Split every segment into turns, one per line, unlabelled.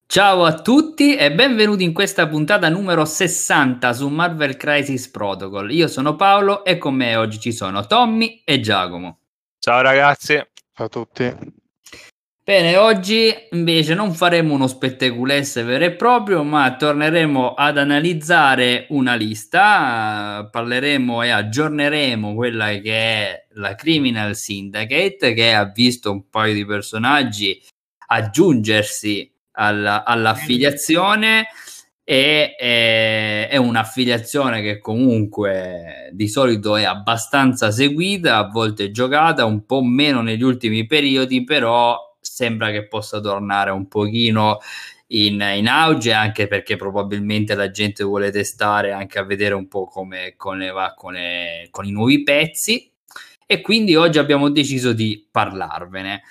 Ciao a tutti e benvenuti in questa puntata numero 60 su Marvel Crisis Protocol. Io sono Paolo e con me oggi ci sono Tommy e Giacomo.
Ciao ragazzi.
Ciao a tutti.
Bene, oggi invece non faremo uno spettacolesse vero e proprio, ma torneremo ad analizzare una lista, parleremo e aggiorneremo quella che è la Criminal Syndicate, che ha visto un paio di personaggi aggiungersi all'affiliazione e è un'affiliazione che comunque di solito è abbastanza seguita, a volte giocata, un po' meno negli ultimi periodi, però sembra che possa tornare un pochino in auge, anche perché probabilmente la gente vuole testare anche a vedere un po' come va con i nuovi pezzi, e quindi oggi abbiamo deciso di parlarvene.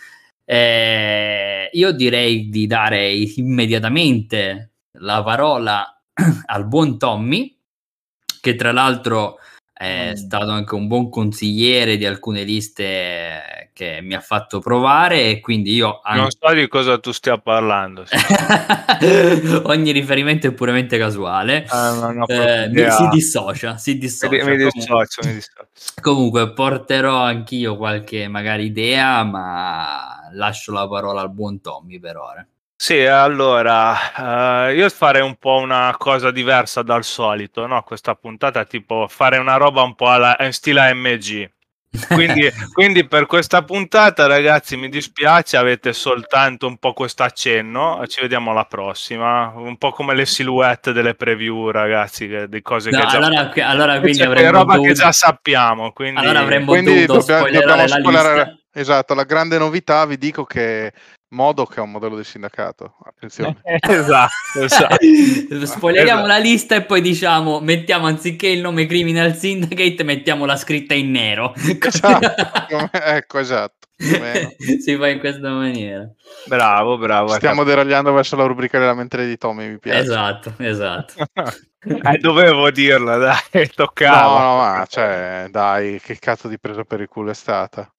Io direi di dare immediatamente la parola al buon Tommy, che tra l'altro è stato anche un buon consigliere di alcune liste che mi ha fatto provare, e quindi io
Non so di cosa tu stia parlando.
ogni riferimento è puramente casuale. Si dissocia.
Mi dissocio.
Comunque porterò anch'io qualche magari idea, ma lascio la parola al buon Tommy per ora.
Sì, allora io farei un po' una cosa diversa dal solito, no? Questa puntata, tipo fare una roba un po' in stile AMG. Quindi per questa puntata, ragazzi, mi dispiace, avete soltanto un po' questo accenno. Ci vediamo alla prossima. Un po' come le silhouette delle preview, ragazzi, di cose che già
allora quindi avremmo
roba che già sappiamo. Quindi
allora avremmo dovuto spoilerare la lista.
Esatto, la grande novità, vi dico che MODOK è un modello di sindacato. Attenzione.
Esatto.
Spoileriamo la lista e poi diciamo, mettiamo anziché il nome Criminal Syndicate, mettiamo la scritta in nero.
Esatto. Ecco, esatto.
Si fa in questa maniera.
Bravo.
Stiamo deragliando verso la rubrica della mente di Tommy, mi piace.
Esatto.
Dovevo dirla, dai, toccava.
No, ma dai, che cazzo di presa per il culo è stata?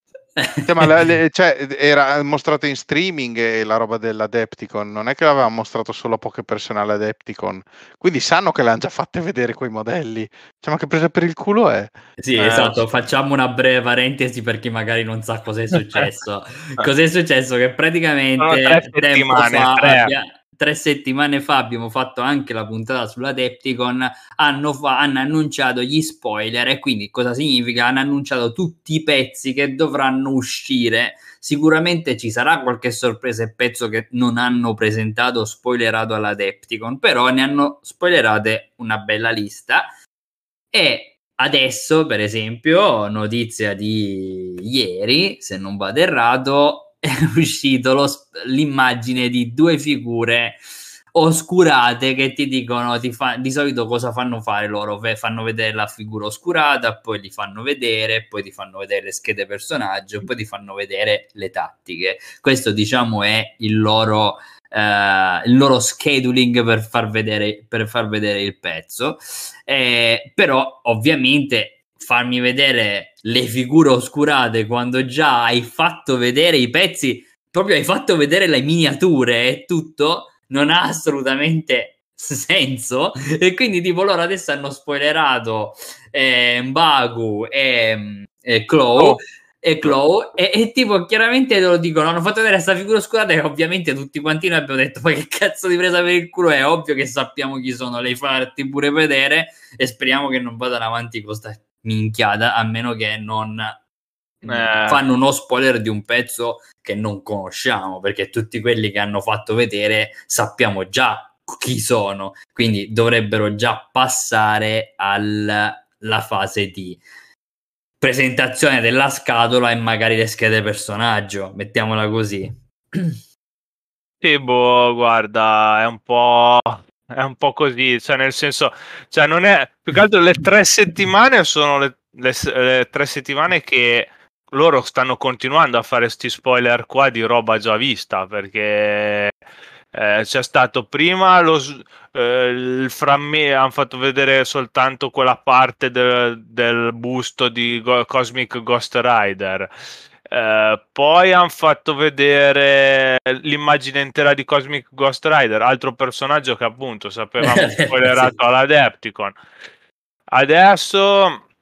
Era mostrato in streaming e la roba dell'Adepticon, non è che l'avevamo mostrato solo a poche persone all'Adepticon, quindi sanno che l'hanno già fatte vedere quei modelli. Ma che presa per il culo è?
Sì, esatto, facciamo una breve parentesi per chi magari non sa cos'è successo. Cos'è successo? Che praticamente 3 settimane fa abbiamo fatto anche la puntata sull'Adepticon, hanno annunciato gli spoiler, e quindi cosa significa? Hanno annunciato tutti i pezzi che dovranno uscire. Sicuramente ci sarà qualche sorpresa e pezzo che non hanno presentato, spoilerato all'Adepticon, però ne hanno spoilerate una bella lista. E adesso, per esempio, notizia di ieri, se non vado errato, è uscito l'immagine di 2 figure oscurate che ti dicono di solito cosa fanno fare loro. Fanno vedere la figura oscurata, poi li fanno vedere, poi ti fanno vedere le schede personaggio, poi ti fanno vedere le tattiche. Questo, diciamo, è il loro scheduling per far vedere il pezzo. Però ovviamente farmi vedere le figure oscurate quando già hai fatto vedere i pezzi, proprio hai fatto vedere le miniature e tutto, non ha assolutamente senso. E quindi tipo loro adesso hanno spoilerato Mbaku e Claw. E tipo chiaramente te lo dicono, hanno fatto vedere questa figura oscurata, e ovviamente tutti quanti noi abbiamo detto: ma che cazzo di presa per il culo è? Ovvio che sappiamo chi sono, le farti pure vedere, e speriamo che non vadano avanti con sta minchiata, a meno che non fanno uno spoiler di un pezzo che non conosciamo, perché tutti quelli che hanno fatto vedere sappiamo già chi sono, quindi dovrebbero già passare alla fase di presentazione della scatola e magari le schede personaggio, mettiamola così.
Sì, guarda, è un po' così, cioè nel senso, cioè non è più che altro le 3 settimane sono le 3 settimane che loro stanno continuando a fare sti spoiler qua di roba già vista, perché c'è stato prima il frammento, hanno fatto vedere soltanto quella parte del busto di Cosmic Ghost Rider. Poi hanno fatto vedere l'immagine intera di Cosmic Ghost Rider, altro personaggio che appunto sapevamo spoilerato all'Adepticon. Adesso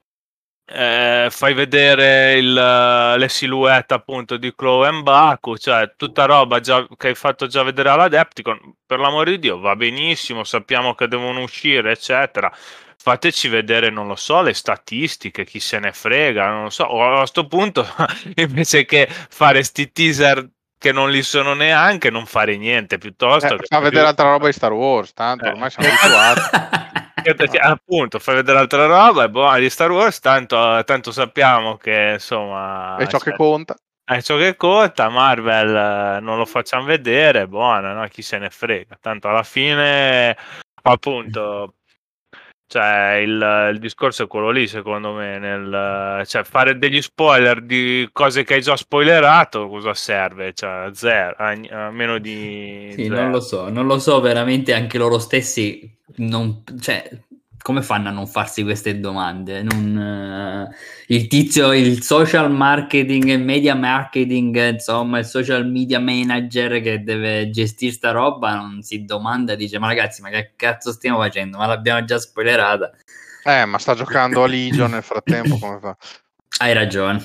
fai vedere le silhouette appunto di Chloe e Baku, cioè tutta roba già, che hai fatto già vedere all'Adepticon. Per l'amore di Dio, va benissimo, sappiamo che devono uscire, eccetera. Fateci vedere, non lo so, le statistiche, chi se ne frega, non lo so. O a questo punto, invece che fare sti teaser che non li sono neanche, non fare niente, piuttosto che
fa vedere altra roba di Star Wars, tanto ormai siamo abituati.
Appunto, fai vedere altra roba e boh, di Star Wars, tanto sappiamo che insomma
È ciò che conta.
è ciò che conta. Marvel non lo facciamo vedere, buono, no? Chi se ne frega, tanto alla fine appunto, cioè il discorso è quello lì, secondo me, cioè fare degli spoiler di cose che hai già spoilerato, cosa serve? Cioè zero, a meno di
Sì,
zero.
non lo so veramente anche loro stessi, cioè, come fanno a non farsi queste domande? Il tizio, il social marketing e media marketing, insomma, il social media manager che deve gestire sta roba non si domanda, dice, ma ragazzi, ma che cazzo stiamo facendo? Ma l'abbiamo già spoilerata.
Ma sta giocando a Legion nel frattempo, come fa?
Hai ragione,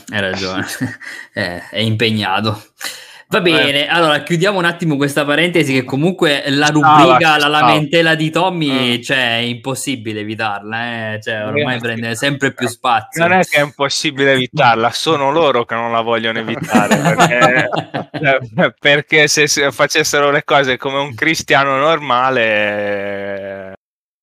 è impegnato. Va bene, allora chiudiamo un attimo questa parentesi che comunque la rubrica, la lamentela di Tommy, cioè è impossibile evitarla, cioè ormai prende sempre più spazio.
Non è che è impossibile evitarla, sono loro che non la vogliono evitare, perché se facessero le cose come un cristiano normale...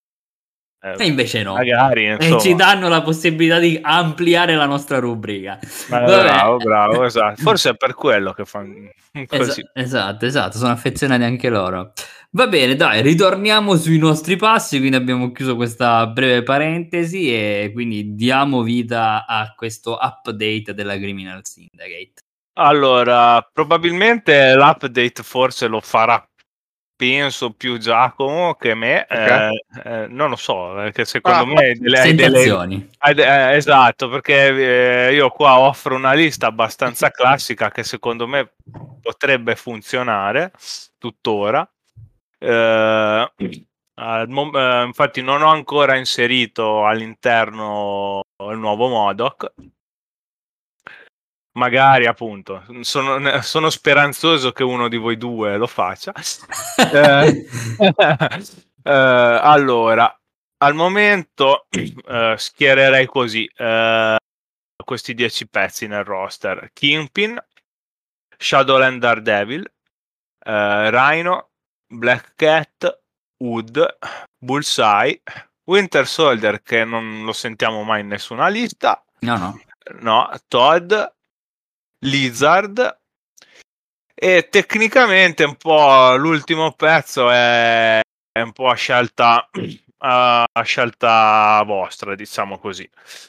E invece no,
magari,
e ci danno la possibilità di ampliare la nostra rubrica.
Bravo, esatto. Forse è per quello che fanno così.
Esatto, sono affezionati anche loro. Va bene, dai, ritorniamo sui nostri passi, quindi abbiamo chiuso questa breve parentesi e quindi diamo vita a questo update della Criminal Syndicate.
Allora, probabilmente l'update forse lo farà, penso, più Giacomo che me, non lo so, perché secondo me hai delle... esatto, perché io qua offro una lista abbastanza classica che secondo me potrebbe funzionare tuttora. Infatti non ho ancora inserito all'interno il nuovo Modok. Magari appunto sono speranzoso che uno di voi due lo faccia. Allora, al momento schiererei così questi 10 pezzi nel roster: Kingpin, Shadowland Daredevil, Rhino, Black Cat, Hood, Bullseye, Winter Soldier, che non lo sentiamo mai in nessuna lista, no, Todd, Lizard, e tecnicamente un po' l'ultimo pezzo è un po' a scelta vostra, diciamo così.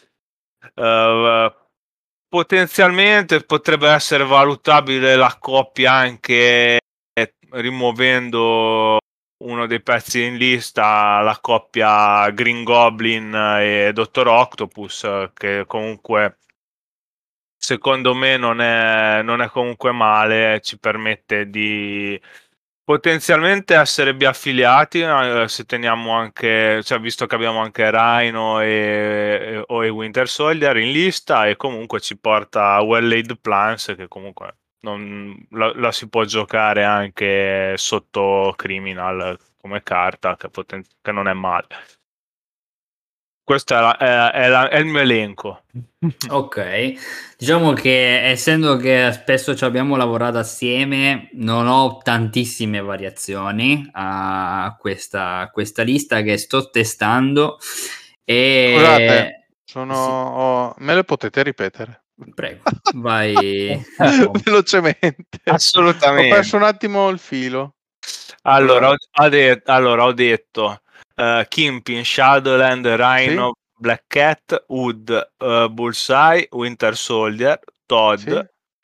Potenzialmente potrebbe essere valutabile la coppia anche rimuovendo uno dei pezzi in lista, la coppia Green Goblin e Dottor Octopus, che comunque secondo me non è comunque male, ci permette di potenzialmente essere biaffiliati, se teniamo anche, cioè visto che abbiamo anche Rhino e Winter Soldier in lista, e comunque ci porta a Well Laid Plans, che comunque la si può giocare anche sotto Criminal come carta, che non è male. Questo è il mio elenco.
Ok, diciamo che essendo che spesso ci abbiamo lavorato assieme, non ho tantissime variazioni a questa lista che sto testando.
Scusate, me le potete ripetere?
Prego, vai.
Velocemente.
Assolutamente.
Ho perso un attimo il filo.
Allora, ho detto Kingpin, Shadowland, Rhino, Black Cat, Hood, Bullseye, Winter Soldier, Todd,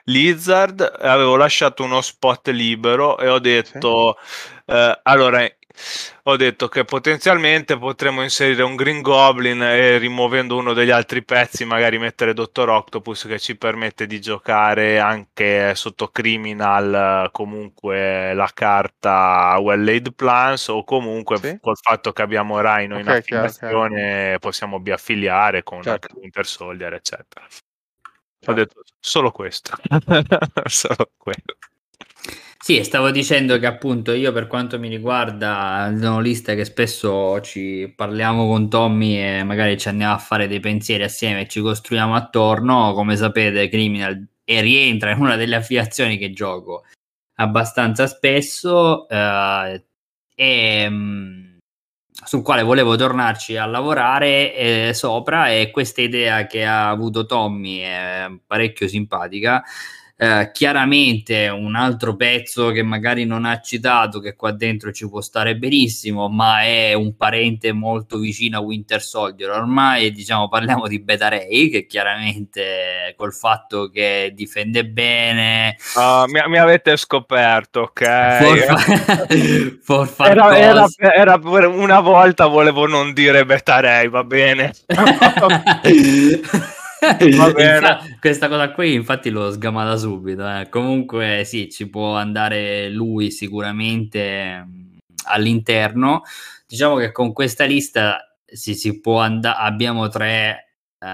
Lizard, avevo lasciato uno spot libero e ho detto allora ho detto che potenzialmente potremmo inserire un Green Goblin e rimuovendo uno degli altri pezzi magari mettere Dottor Octopus, che ci permette di giocare anche sotto Criminal comunque la carta Well-Laid Plans, o comunque
Sì.
col fatto che abbiamo Rhino in
Ok, chiaro,
affiliazione possiamo biaffiliare con
certo.
anche Winter Soldier eccetera. Ho
Certo.
detto solo questo. Solo quello.
Sì, stavo dicendo che appunto io per quanto mi riguarda sono liste che spesso ci parliamo con Tommy e magari ci andiamo a fare dei pensieri assieme e ci costruiamo attorno. Come sapete, Criminal e rientra in una delle affiliazioni che gioco abbastanza spesso e sul quale volevo tornarci a lavorare sopra, e questa idea che ha avuto Tommy è parecchio simpatica. Chiaramente un altro pezzo che magari non ha citato, che qua dentro ci può stare benissimo, ma è un parente molto vicino a Winter Soldier ormai, diciamo, parliamo di Beta Ray, che chiaramente col fatto che difende bene
Mi avete scoperto, ok? Era per una volta volevo non dire Beta Ray, va bene. Va bene.
Questa cosa qui infatti l'ho sgamata subito. Comunque sì, ci può andare lui sicuramente all'interno. Diciamo che con questa lista si può andare, abbiamo tre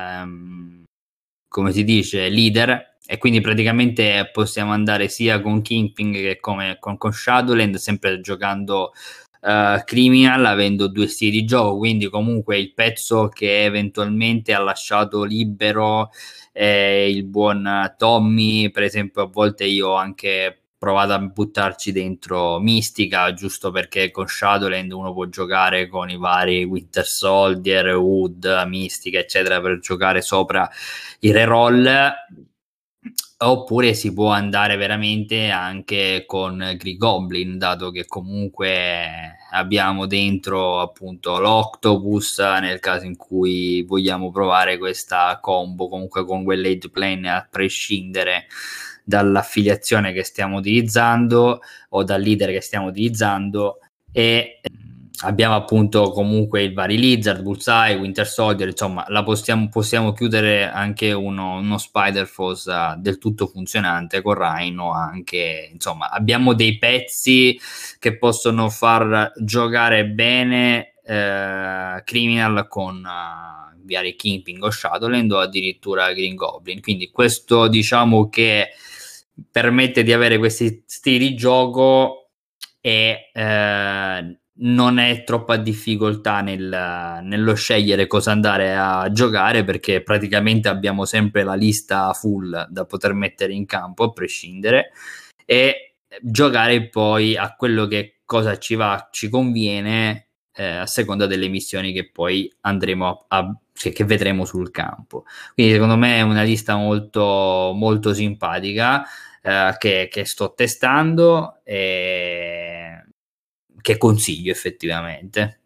come si dice leader, e quindi praticamente possiamo andare sia con Kingpin che con Shadowland, sempre giocando Criminal, avendo due stili di gioco, quindi comunque il pezzo che eventualmente ha lasciato libero il buon Tommy, per esempio. A volte io ho anche provato a buttarci dentro Mistica, giusto perché con Shadowland uno può giocare con i vari Winter Soldier, Wood, Mistica eccetera, per giocare sopra i reroll. Oppure si può andare veramente anche con Green Goblin, dato che comunque abbiamo dentro appunto l'Octopus nel caso in cui vogliamo provare questa combo, comunque con Well-Laid Plan, a prescindere dall'affiliazione che stiamo utilizzando o dal leader che stiamo utilizzando. E abbiamo appunto comunque i vari Lizard, Bullseye, Winter Soldier, insomma la possiamo chiudere anche uno Spider Force del tutto funzionante con Rhino anche. Insomma, abbiamo dei pezzi che possono far giocare bene Criminal con vari Kingpin o Shadowland o addirittura Green Goblin, quindi questo diciamo che permette di avere questi stili di gioco e non è troppa difficoltà nello scegliere cosa andare a giocare, perché praticamente abbiamo sempre la lista full da poter mettere in campo a prescindere, e giocare poi a quello che cosa ci conviene a seconda delle missioni che poi andremo che vedremo sul campo. Quindi secondo me è una lista molto molto simpatica che sto testando e che consiglio effettivamente.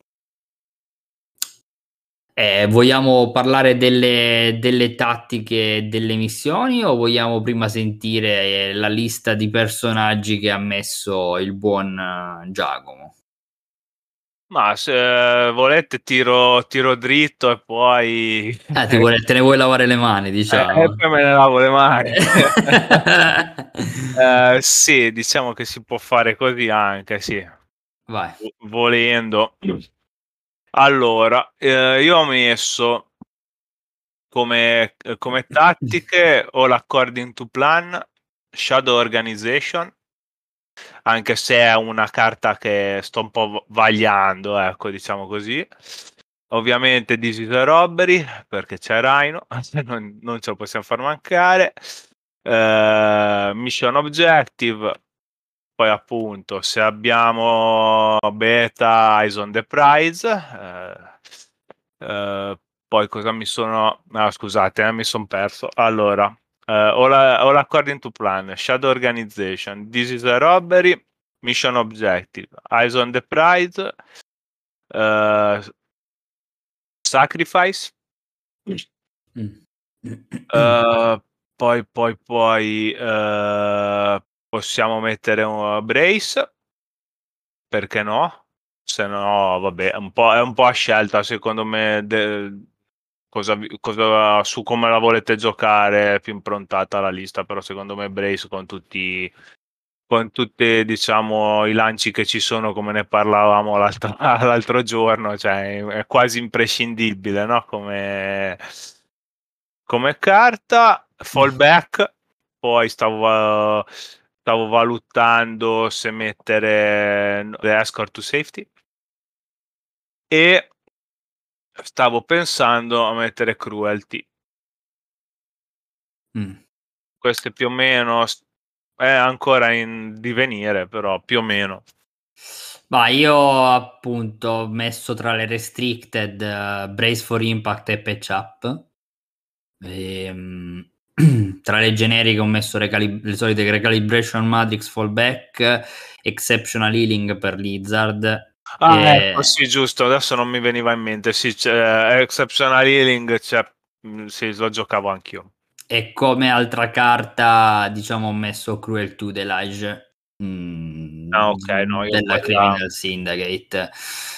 Vogliamo parlare delle tattiche delle missioni o vogliamo prima sentire la lista di personaggi che ha messo il buon Giacomo?
Ma se volete tiro dritto e poi
Te ne vuoi lavare le mani, diciamo.
poi me ne lavo le mani. Sì, diciamo che si può fare così anche, sì.
Vai.
Volendo. Allora, io ho messo come tattiche o l'According to Plan, Shadow Organization, anche se è una carta che sto un po' vagliando, ecco, diciamo così. Ovviamente This is a Robbery, perché c'è Rhino, non ce lo possiamo far mancare. Mission Objective, poi appunto se abbiamo Beta, Eyes on the Prize, poi cosa mi sono... scusate, mi sono perso. Allora, ho l'According to Plan, Shadow Organization, This is a Robbery, Mission Objective, Eyes on the Prize, Sacrifice, possiamo mettere un Brace, perché no? Se no, vabbè, è un po' a scelta, secondo me, su come la volete giocare è più improntata la lista, però secondo me Brace con tutti, diciamo, i lanci che ci sono, come ne parlavamo l'altro giorno, cioè è quasi imprescindibile, no? Come carta. Fallback, poi stavo valutando se mettere The Escort to Safety, e stavo pensando a mettere Cruelty. Queste più o meno è ancora in divenire, però più o meno.
Ma io appunto ho messo tra le restricted Brace for Impact e Patch Up. Tra le generiche ho messo le solite Recalibration Matrix Fallback, Exceptional Healing per Lizard.
Ecco, sì, giusto, adesso non mi veniva in mente. Sì, c'è Exceptional Healing, sì, lo giocavo anch'io.
E come altra carta, diciamo, ho messo Cruel to Delage
Ok, no, io
della Criminal Syndicate.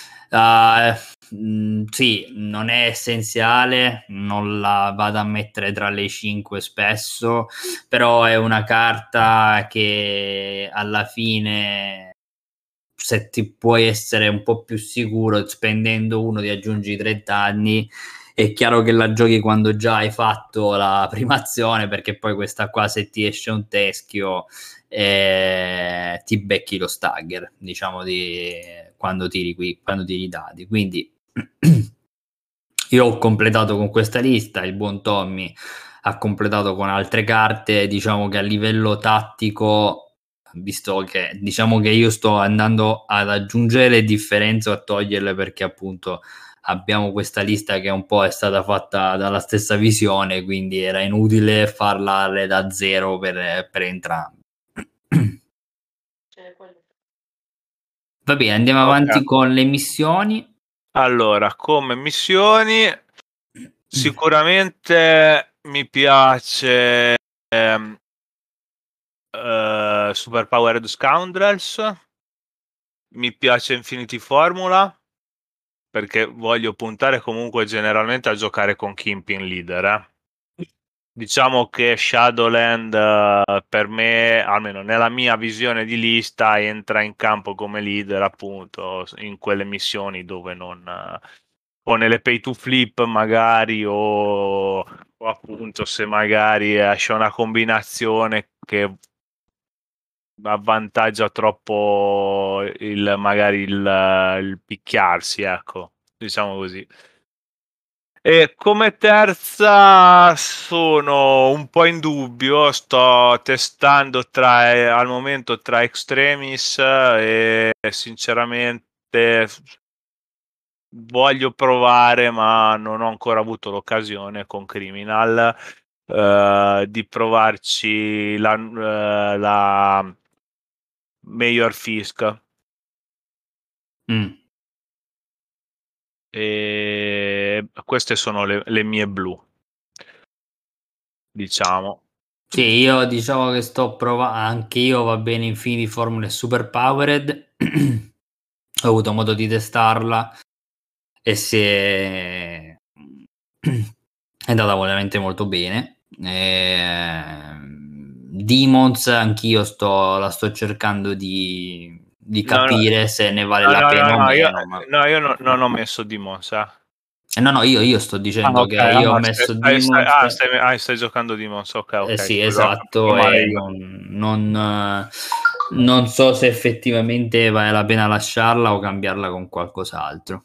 Sì, non è essenziale, non la vado a mettere tra le 5 spesso, però è una carta che alla fine, se ti puoi essere un po' più sicuro spendendo uno, ti aggiungi 30 anni. È chiaro che la giochi quando già hai fatto la prima azione, perché poi questa qua, se ti esce un teschio, ti becchi lo stagger, diciamo, quando tiri i dadi. Quindi io ho completato con questa lista, il buon Tommy ha completato con altre carte. Diciamo che a livello tattico, visto che diciamo che io sto andando ad aggiungere le differenze o a toglierle, perché appunto abbiamo questa lista che un po' è stata fatta dalla stessa visione, quindi era inutile farla da zero per entrambi. Va bene, andiamo avanti con le missioni.
Allora, come missioni, sicuramente mi piace Super Powered Scoundrels, mi piace Infinity Formula, perché voglio puntare comunque generalmente a giocare con Kingpin leader. Diciamo che Shadowland per me, almeno nella mia visione di lista, entra in campo come leader appunto in quelle missioni dove non o nelle pay to flip magari, o appunto se magari esce una combinazione che avvantaggia troppo magari il picchiarsi, ecco, diciamo così. E come terza sono un po' in dubbio, sto testando al momento tra Extremis e sinceramente voglio provare, ma non ho ancora avuto l'occasione con Criminal di provarci la Mayor Fisk. E queste sono le mie blu, diciamo.
Sì, io diciamo che sto provando, anche io va bene Infinity Formula e Super Powered. Ho avuto modo di testarla e è andata veramente molto bene. Demons anch'io la sto cercando di capire se ne vale la pena o meno.
Io non ho messo Demons.
No, io sto dicendo che io ho messo Demons.
Stai giocando Demons, ok.
Sì,
Scusa,
esatto,
male
e
io.
non so se effettivamente vale la pena lasciarla o cambiarla con qualcos'altro.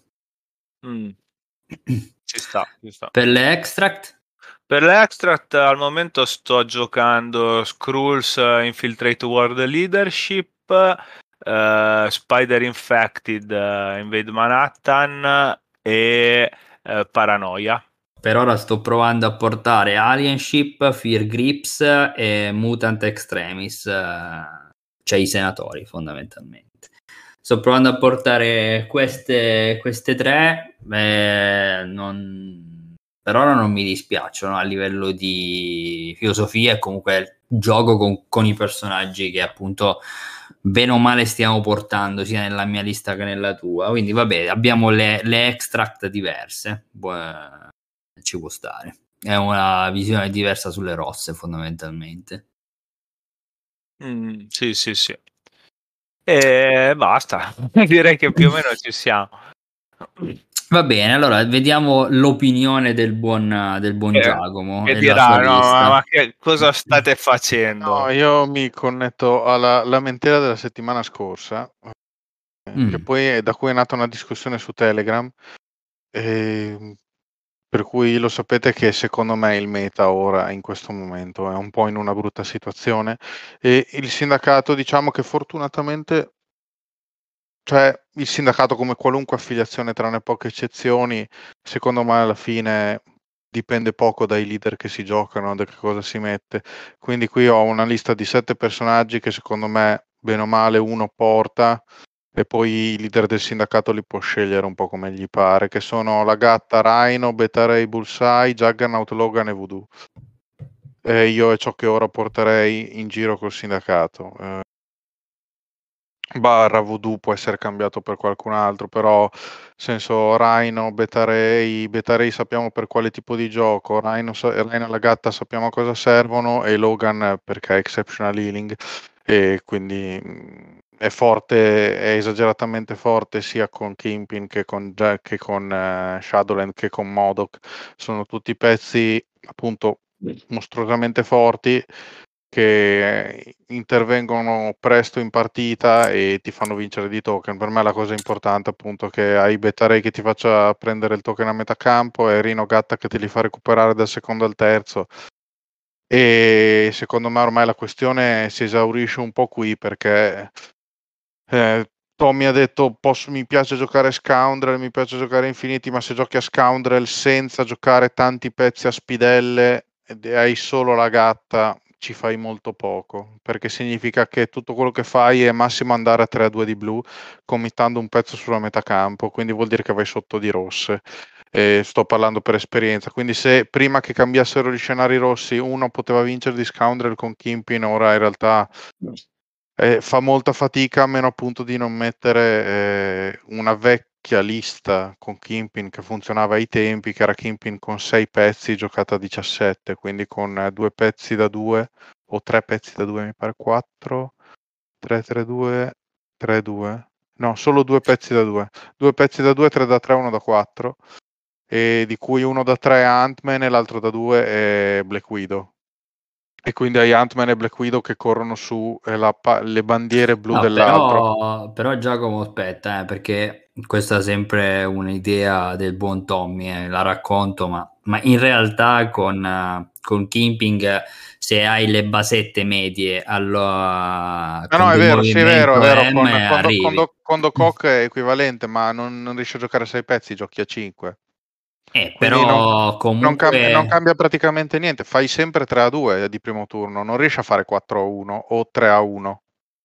Ci sta.
Per le extract?
Per le extract al momento sto giocando Skrulls Infiltrate World Leadership, Spider Infected Invade Manhattan e Paranoia.
Per ora sto provando a portare Alienship, Fear Grips e Mutant Extremis, cioè i senatori fondamentalmente. Sto provando a portare queste tre, per ora non mi dispiacciono a livello di filosofia e comunque gioco con i personaggi che appunto bene o male stiamo portando sia nella mia lista che nella tua, quindi vabbè, abbiamo le extract diverse, ci può stare, è una visione diversa sulle rosse fondamentalmente.
Sì. E basta, direi che più o meno ci siamo.
Va bene, allora vediamo l'opinione del buon Giacomo
Che
e la
dirà,
sua
no,
lista.
ma che cosa state facendo?
No, io mi connetto alla lamentela della settimana scorsa, che poi da cui è nata una discussione su Telegram, per cui lo sapete che secondo me il meta ora, in questo momento, è un po' in una brutta situazione e il sindacato, diciamo che fortunatamente, cioè il sindacato come qualunque affiliazione, tranne poche eccezioni, secondo me alla fine dipende poco dai leader che si giocano, da che cosa si mette. Quindi qui ho una lista di 7 personaggi che secondo me, bene o male, uno porta e poi il leader del sindacato li può scegliere un po' come gli pare, che sono la gatta, Rhino, Beta Ray, Bullseye, Juggernaut, Logan e Voodoo. Io è ciò che ora porterei in giro col sindacato. Barra Voodoo può essere cambiato per qualcun altro, però senso Rhino, Beta Ray sappiamo per quale tipo di gioco, Rhino e la gatta sappiamo a cosa servono e Logan perché è exceptional healing e quindi è forte, è esageratamente forte sia con Kingpin che con Shadowland che con MODOK. Sono tutti pezzi appunto mostruosamente forti che intervengono presto in partita e ti fanno vincere di token. Per me la cosa importante appunto che hai Beta Ray che ti faccia prendere il token a metà campo e Rino Gatta che te li fa recuperare dal secondo al terzo. E secondo me ormai la questione si esaurisce un po' qui perché Tommy ha detto mi piace giocare Scoundrel, mi piace giocare Infinity, ma se giochi a Scoundrel senza giocare tanti pezzi a spidelle e hai solo la gatta ci fai molto poco, perché significa che tutto quello che fai è massimo andare a 3-2 di blu committando un pezzo sulla metà campo, quindi vuol dire che vai sotto di rosse. Sto parlando per esperienza, quindi se prima che cambiassero gli scenari rossi uno poteva vincere di Scoundrel con Kingpin, ora in realtà fa molta fatica, a meno appunto di non mettere una vecchia lista con Kingpin che funzionava ai tempi, che era Kingpin con 6 pezzi giocata a 17, quindi con 2 pezzi da 2 o 3 pezzi da 2, mi pare 4, 3-3-2, 3-2. No, solo 2 pezzi da 2. 2 pezzi da 2, 3 da 3, 1 da 4. E di cui uno da 3 è Ant-Man e l'altro da 2 è Black Widow. E quindi hai Ant-Man e Black Widow che corrono su le bandiere blu dell'altro.
Però Giacomo aspetta, perché questa è sempre un'idea del buon Tommy, la racconto, ma in realtà con Kimping se hai le basette medie allora,
No, è vero, sì, è vero,
M arrivi.
con Doc Ock è equivalente, ma non riesci a giocare a 6 pezzi, giochi a 5. Quindi
Però comunque
non cambia praticamente niente, fai sempre 3-2 di primo turno, non riesci a fare 4-1 o 3-1.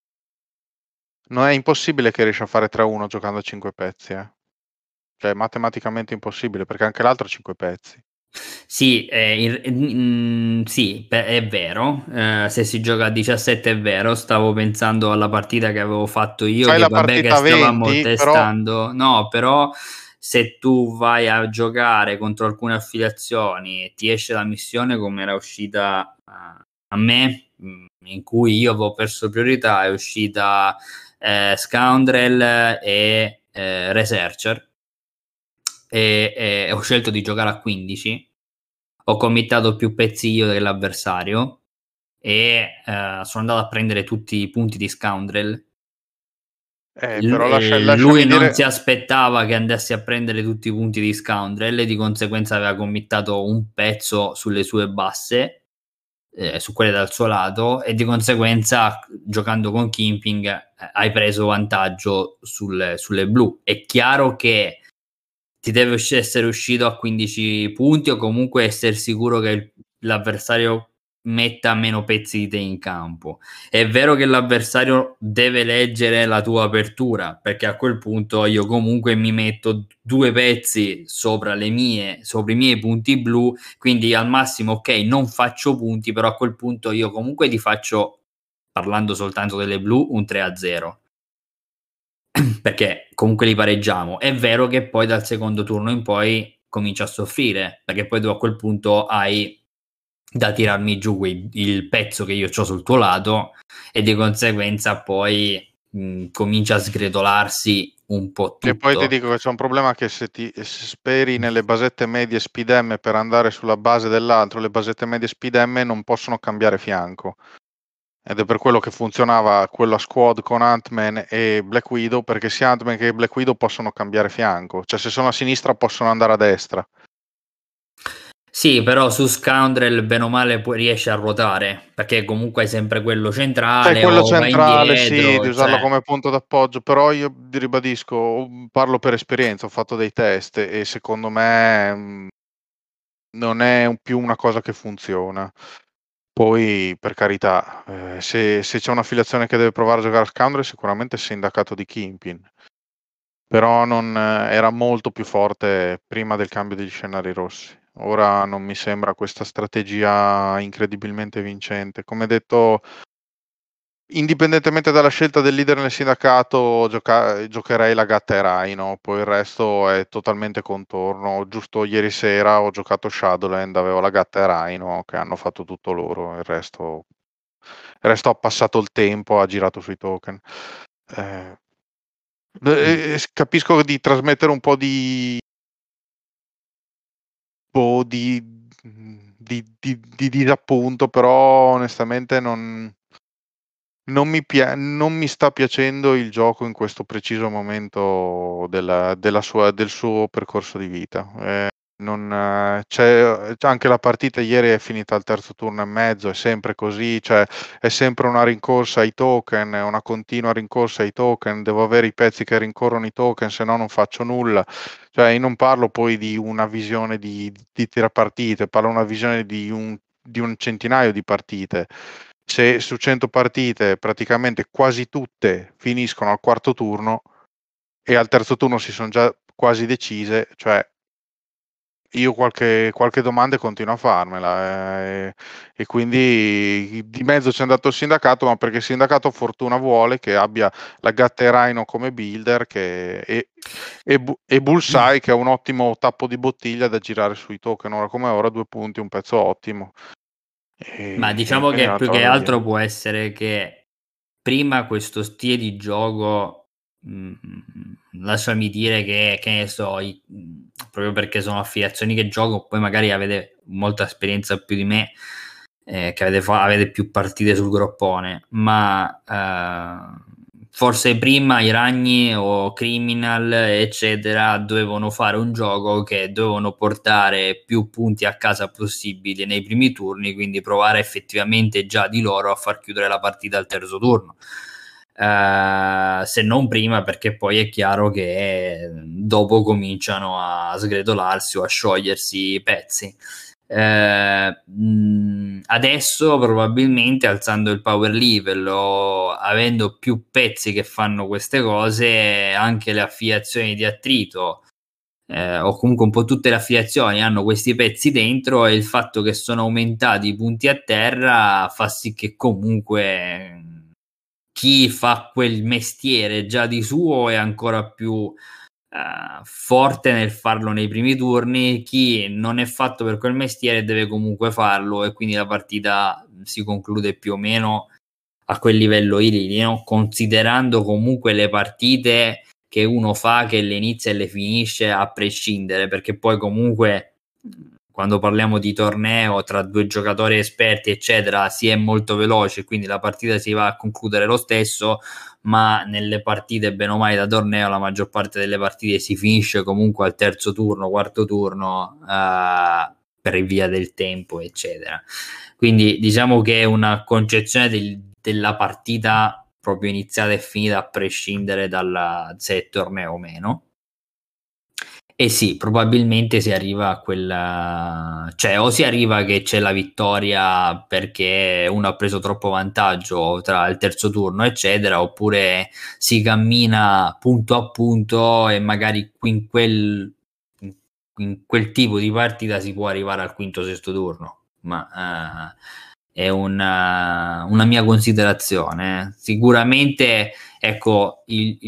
Non è impossibile che riesci a fare 3-1 giocando a 5 pezzi, eh. Cioè, è matematicamente impossibile, perché anche l'altro ha 5 pezzi.
sì, sì, è vero, se si gioca a 17 è vero, stavo pensando alla partita che avevo fatto io,
Fai
che
la
vabbè che
partita a
stavamo
20, però
testando, no, però se tu vai a giocare contro alcune affiliazioni e ti esce la missione come era uscita a me, in cui io avevo perso priorità, è uscita Scoundrel e Researcher e ho scelto di giocare a 15, ho committato più pezzi io dell'avversario e sono andato a prendere tutti i punti di Scoundrel.
però
Lui
lasciami
non
dire,
si aspettava che andassi a prendere tutti i punti di Scoundrel e di conseguenza aveva committato un pezzo sulle sue basse, su quelle dal suo lato, e di conseguenza giocando con Kimping hai preso vantaggio sulle blu. È chiaro che ti deve essere uscito a 15 punti o comunque essere sicuro che l'avversario metta meno pezzi di te in campo. È vero che l'avversario deve leggere la tua apertura, perché a quel punto io comunque mi metto 2 pezzi sopra i miei punti blu, quindi al massimo ok, non faccio punti, però a quel punto io comunque ti faccio, parlando soltanto delle blu, un 3-0. Perché comunque li pareggiamo. È vero che poi dal secondo turno in poi comincia a soffrire, perché poi tu a quel punto hai da tirarmi giù il pezzo che io ho sul tuo lato, e di conseguenza poi comincia a sgretolarsi un po' tutto.
E poi ti dico che c'è un problema, che se speri nelle basette medie speed M per andare sulla base dell'altro, le basette medie speed M non possono cambiare fianco. Ed è per quello che funzionava quella squad con Ant-Man e Black Widow, perché sia Ant-Man che Black Widow possono cambiare fianco. Cioè, se sono a sinistra possono andare a destra.
Sì, però su Scoundrel bene o male riesce a ruotare, perché comunque hai sempre quello centrale
Quello
o vai
centrale, sì,
indietro,
di usarlo
cioè...
come punto d'appoggio, però io ribadisco, parlo per esperienza, ho fatto dei test e secondo me non è più una cosa che funziona. Poi, per carità, se c'è un'affiliazione che deve provare a giocare a Scoundrel, sicuramente il sindacato di Kingpin. Però non era molto più forte prima del cambio degli scenari rossi. Ora non mi sembra questa strategia incredibilmente vincente. Come detto, indipendentemente dalla scelta del leader nel sindacato, giocherei la gatta e Rhino, poi il resto è totalmente contorno. Giusto ieri sera ho giocato Shadowland, avevo la gatta e Rhino che hanno fatto tutto loro, il resto ha passato il tempo, ha girato sui token. Capisco di trasmettere un po' di disappunto, però onestamente non mi sta piacendo il gioco in questo preciso momento del suo percorso di vita. C'è anche la partita ieri è finita al terzo turno e mezzo, è sempre così, cioè è sempre una rincorsa ai token, una continua rincorsa ai token, devo avere i pezzi che rincorrono i token, se no non faccio nulla. Cioè, io non parlo poi di una visione di tirapartite, parlo di una visione di un centinaio di partite. Se su 100 partite praticamente quasi tutte finiscono al quarto turno e al terzo turno si sono già quasi decise, cioè io qualche domanda continuo a farmela, e quindi di mezzo c'è andato il sindacato, ma perché il sindacato fortuna vuole che abbia la gatta e Rhino come builder e Bullseye che è un ottimo tappo di bottiglia da girare sui token. Ora come ora 2 punti, un pezzo ottimo.
Ma
E
diciamo
quindi è
che
una
più
cosa
che
da
altro
dire.
può essere che prima questo stile di gioco, lasciami dire che ne so, proprio perché sono affiliazioni che gioco, poi magari avete molta esperienza più di me, che avete più partite sul groppone, ma forse prima i Ragni o Criminal eccetera dovevano fare un gioco che dovevano portare più punti a casa possibili nei primi turni, quindi provare effettivamente già di loro a far chiudere la partita al terzo turno. Se non prima, perché poi è chiaro che dopo cominciano a sgretolarsi o a sciogliersi i pezzi. Adesso probabilmente alzando il power level o avendo più pezzi che fanno queste cose, anche le affiliazioni di attrito o comunque un po' tutte le affiliazioni hanno questi pezzi dentro, e il fatto che sono aumentati i punti a terra fa sì che comunque chi fa quel mestiere già di suo è ancora più forte nel farlo nei primi turni. Chi non è fatto per quel mestiere deve comunque farlo, e quindi la partita si conclude più o meno a quel livello lì, no? Considerando comunque le partite che uno fa, che le inizia e le finisce a prescindere, perché poi comunque quando parliamo di torneo tra 2 giocatori esperti eccetera si è molto veloce, quindi la partita si va a concludere lo stesso, ma nelle partite bene o male da torneo la maggior parte delle partite si finisce comunque al terzo turno, quarto turno, per via del tempo eccetera. Quindi diciamo che è una concezione della partita proprio iniziata e finita a prescindere dalla se è torneo o meno. sì, probabilmente si arriva a quella, cioè o si arriva che c'è la vittoria perché uno ha preso troppo vantaggio tra il terzo turno, eccetera, oppure si cammina punto a punto e magari in quel tipo di partita si può arrivare al quinto sesto turno. Ma è una mia considerazione. Sicuramente, ecco,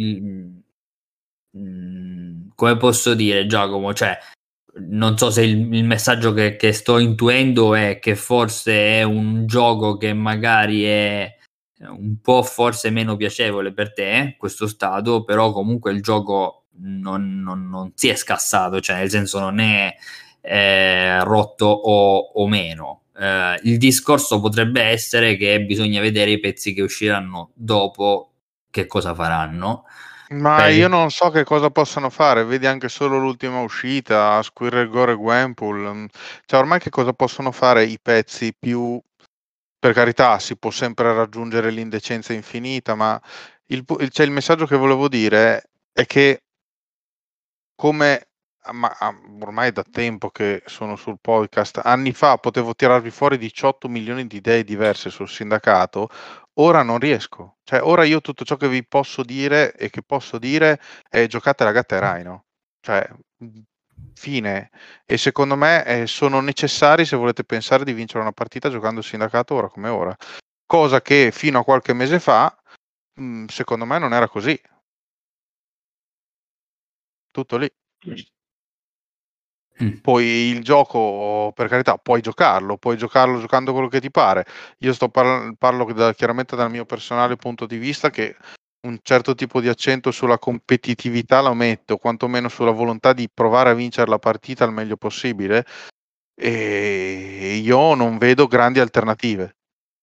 come posso dire, Giacomo, cioè non so se il messaggio che sto intuendo è che forse è un gioco che magari è un po' forse meno piacevole per te, questo stato, però comunque il gioco non si è scassato, cioè nel senso non è rotto o meno. Il discorso potrebbe essere che bisogna vedere i pezzi che usciranno dopo che cosa faranno.
Ma io non so che cosa possano fare, vedi anche solo l'ultima uscita, Squirrel Gore e Gwenpool, cioè ormai che cosa possono fare i pezzi più, per carità si può sempre raggiungere l'indecenza infinita, ma cioè, il messaggio che volevo dire è che come ormai è da tempo che sono sul podcast, anni fa potevo tirarvi fuori 18 milioni di idee diverse sul sindacato, ora non riesco. Cioè, ora io tutto ciò che vi posso dire e che posso dire è giocate la gatta e Rhino. Cioè, fine. E secondo me sono necessari se volete pensare di vincere una partita giocando il sindacato ora come ora. Cosa che fino a qualche mese fa, secondo me non era così. Tutto lì. Poi il gioco, per carità, puoi giocarlo giocando quello che ti pare. Io parlo chiaramente dal mio personale punto di vista, che un certo tipo di accento sulla competitività lo metto, quantomeno sulla volontà di provare a vincere la partita al meglio possibile, e io non vedo grandi alternative.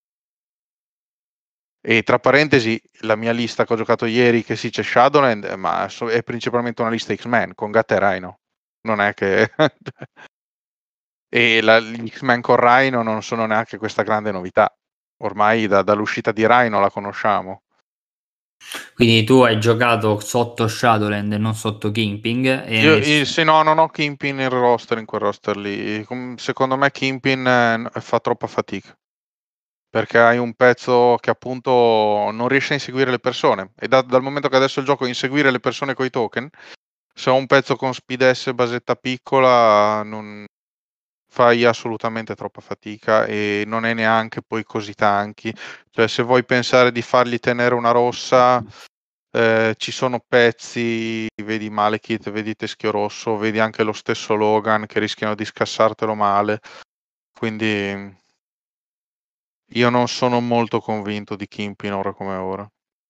E tra parentesi, la mia lista che ho giocato ieri, che sì c'è Shadowland, ma è principalmente una lista X-Men con Gatta e Rhino. Non è che e gli X-Men con Rhino non sono neanche questa grande novità. Ormai dall'uscita di Rhino la conosciamo.
Quindi tu hai giocato sotto Shadowland e non sotto Kingpin?
Se no, non ho Kingpin in quel roster lì. Secondo me Kingpin fa troppa fatica. Perché hai un pezzo che appunto non riesce a inseguire le persone. E dal momento che adesso il gioco è inseguire le persone coi token, se ho un pezzo con speed S basetta piccola, non fai assolutamente troppa fatica e non è neanche poi così tanchi. Cioè, se vuoi pensare di fargli tenere una rossa, ci sono pezzi, vedi Malekith, vedi Teschio Rosso, vedi anche lo stesso Logan che rischiano di scassartelo male. Quindi io non sono molto convinto di Kingpin ora come ora.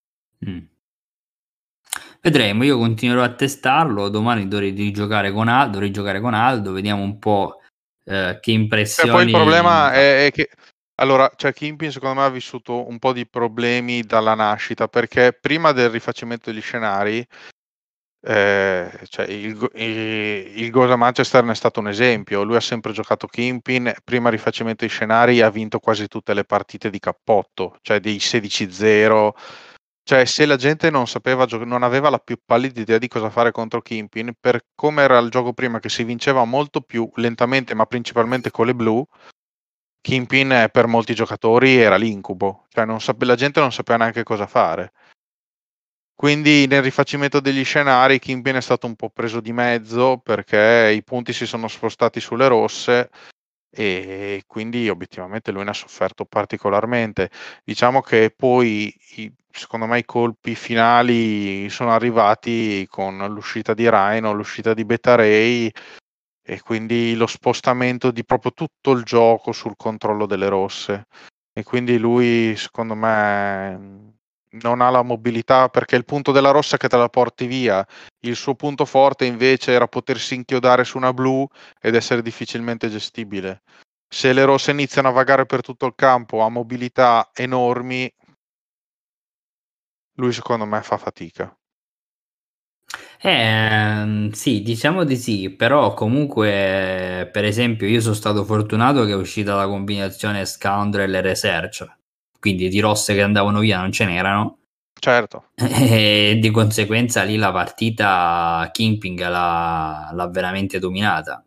Vedremo, io continuerò a testarlo, domani dovrei giocare con Aldo, vediamo un po' che impressioni.
Poi il problema è che allora, cioè Kingpin secondo me ha vissuto un po' di problemi dalla nascita, perché prima del rifacimento degli scenari, cioè il Ghost Manchester ne è stato un esempio. Lui ha sempre giocato Kingpin, prima il rifacimento dei scenari ha vinto quasi tutte le partite di cappotto, cioè dei 16-0. Cioè, se la gente non sapeva non aveva la più pallida idea di cosa fare contro Kingpin, per come era il gioco prima, che si vinceva molto più lentamente, ma principalmente con le blu, Kingpin per molti giocatori era l'incubo. Cioè, la gente non sapeva neanche cosa fare. Quindi nel rifacimento degli scenari Kingpin è stato un po' preso di mezzo perché i punti si sono spostati sulle rosse e quindi obiettivamente lui ne ha sofferto particolarmente. Diciamo che poi secondo me i colpi finali sono arrivati con l'uscita di Rhino, l'uscita di Beta Ray e quindi lo spostamento di proprio tutto il gioco sul controllo delle rosse. E quindi lui secondo me non ha la mobilità, perché il punto della rossa che te la porti via, il suo punto forte invece era potersi inchiodare su una blu ed essere difficilmente gestibile. Se le rosse iniziano a vagare per tutto il campo a mobilità enormi, lui secondo me fa fatica.
Sì, diciamo di sì, però comunque, per esempio, io sono stato fortunato che è uscita la combinazione Scoundrel e Research, quindi di rosse che andavano via non ce n'erano.
Certo.
E di conseguenza lì la partita Kingpin l'ha veramente dominata.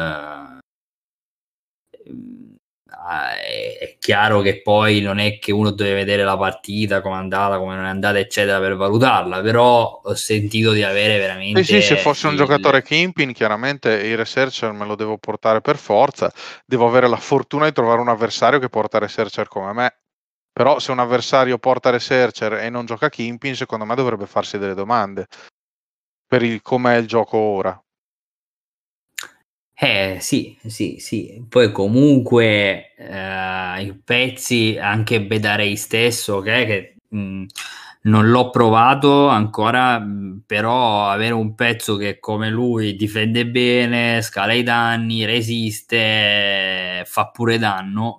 È chiaro che poi non è che uno deve vedere la partita, come è andata, come non è andata, eccetera, per valutarla, però ho sentito di avere veramente
Sì, se fosse un giocatore Kingpin, chiaramente il researcher me lo devo portare per forza, devo avere la fortuna di trovare un avversario che porta researcher come me. Però se un avversario porta researcher e non gioca Kingpin, secondo me dovrebbe farsi delle domande per il com'è il gioco ora.
Sì. Poi comunque i pezzi, anche Bedarei stesso, che non l'ho provato ancora, però avere un pezzo che come lui difende bene, scala i danni, resiste, fa pure danno,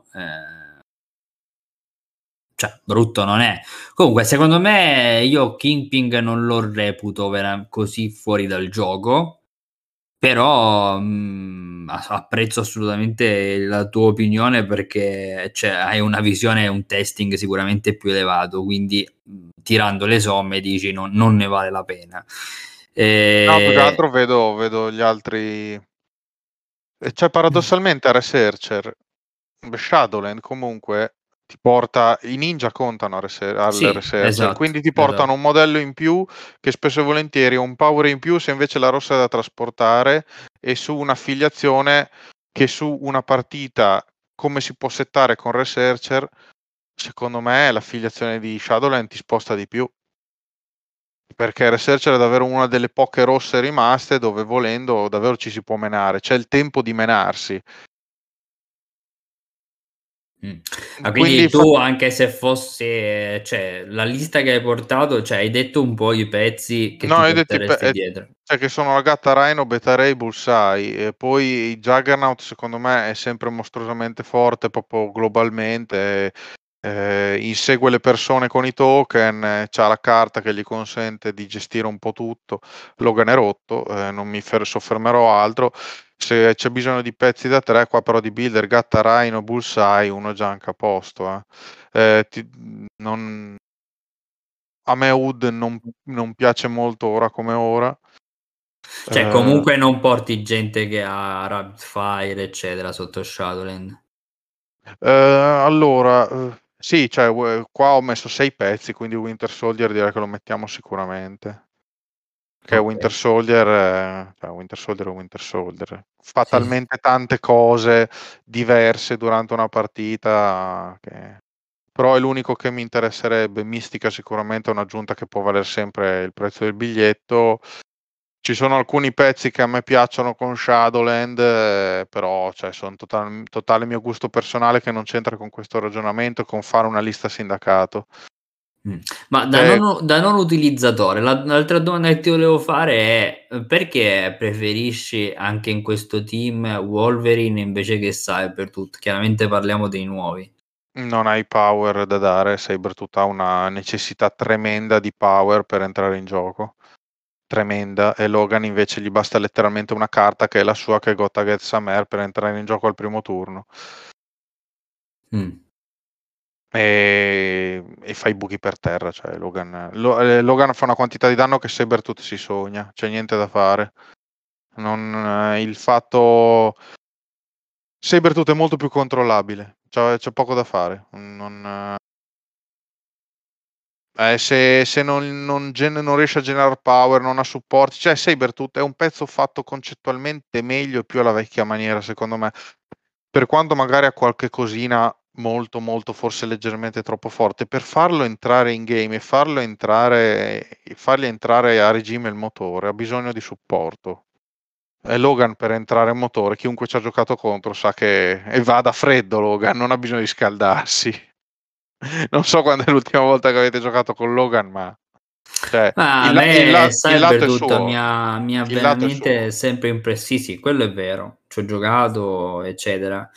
cioè brutto non è. Comunque secondo me io Kingpin non lo reputo così fuori dal gioco. Però apprezzo assolutamente la tua opinione, perché hai una visione e un testing sicuramente più elevato, quindi tirando le somme dici non ne vale la pena.
No, più che altro vedo gli altri. Cioè, paradossalmente a Researcher, Shadowland comunque ti porta, i ninja contano al
Sì,
Researcher,
esatto,
quindi ti portano un modello in più che spesso e volentieri ha un power in più se invece la rossa è da trasportare, e su un'affiliazione che su una partita come si può settare con Researcher, secondo me l'affiliazione di Shadowland ti sposta di più. Perché Researcher è davvero una delle poche rosse rimaste dove volendo davvero ci si può menare, c'è il tempo di menarsi.
Quindi tu, anche se fosse, cioè, la lista che hai portato, cioè hai detto un po' i pezzi che
No,
ti
hai detto
porteresti dietro.
cioè che sono la gatta Rhino, Beta Ray, Bullseye, e poi il Juggernaut secondo me è sempre mostruosamente forte proprio globalmente, insegue le persone con i token, c'ha la carta che gli consente di gestire un po' tutto. Logan è rotto, non mi soffermerò altro. Se c'è bisogno di pezzi da 3, qua però di builder, gatta Rhino, Bullseye, uno già anche a posto. Non, a me Wood non piace molto ora come ora.
Cioè comunque non porti gente che ha Rapid Fire eccetera sotto Shadowland.
Allora, sì, cioè, qua ho messo 6 pezzi, quindi Winter Soldier direi che lo mettiamo sicuramente. Che Winter
Okay.
Soldier, cioè Winter Soldier è Winter Soldier. Fa
Sì.
talmente tante cose diverse durante una partita che. Però è l'unico che mi interesserebbe. Mystica sicuramente è un'aggiunta che può valer sempre il prezzo del biglietto. Ci sono alcuni pezzi che a me piacciono con Shadowland, però cioè, sono totale mio gusto personale, che non c'entra con questo ragionamento, con fare una lista sindacato.
Ma da non utilizzatore, l'altra domanda che ti volevo fare è: perché preferisci anche in questo team Wolverine invece che Sabretooth? Chiaramente parliamo dei nuovi.
Non hai power da dare, Sabretooth ha una necessità tremenda di power per entrare in gioco. Tremenda. E Logan invece gli basta letteralmente una carta che è la sua, che è Gotta Get Some Air, per entrare in gioco al primo turno. E fa i buchi per terra, cioè Logan fa una quantità di danno che Sabretooth si sogna, c'è niente da fare. Il fatto Sabretooth è molto più controllabile, c'è poco da fare. Se non riesce a generare power, non ha supporti, cioè Sabretooth è un pezzo fatto concettualmente meglio e più alla vecchia maniera, secondo me. Per quanto magari ha qualche cosina molto, molto, forse leggermente troppo forte, per farlo entrare in game e fargli entrare a regime il motore, ha bisogno di supporto. E Logan, per entrare in motore, chiunque ci ha giocato contro sa che va da freddo. Logan non ha bisogno di scaldarsi. Non so quando è l'ultima volta che avete giocato con Logan, ma cioè,
A
il
me
lato è
Cybertooth
suo.
mi ha
Il lato è
veramente
suo.
sempre impressi, sì, quello è vero, ci ho giocato, eccetera.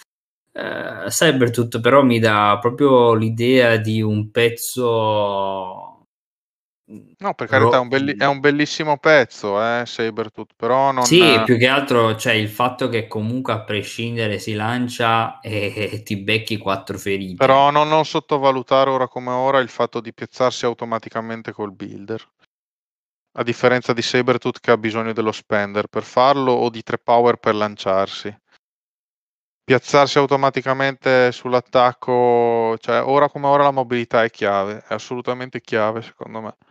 Cybertooth però mi dà proprio l'idea di un pezzo
No, per carità, è un bellissimo pezzo, Sabertooth, però non...
Sì, più che altro c'è il fatto che comunque a prescindere si lancia e ti becchi 4 ferite.
Però non sottovalutare ora come ora il fatto di piazzarsi automaticamente col builder. A differenza di Sabertooth che ha bisogno dello spender per farlo o di 3 power per lanciarsi. Piazzarsi automaticamente sull'attacco, cioè ora come ora la mobilità è chiave, è assolutamente chiave secondo me.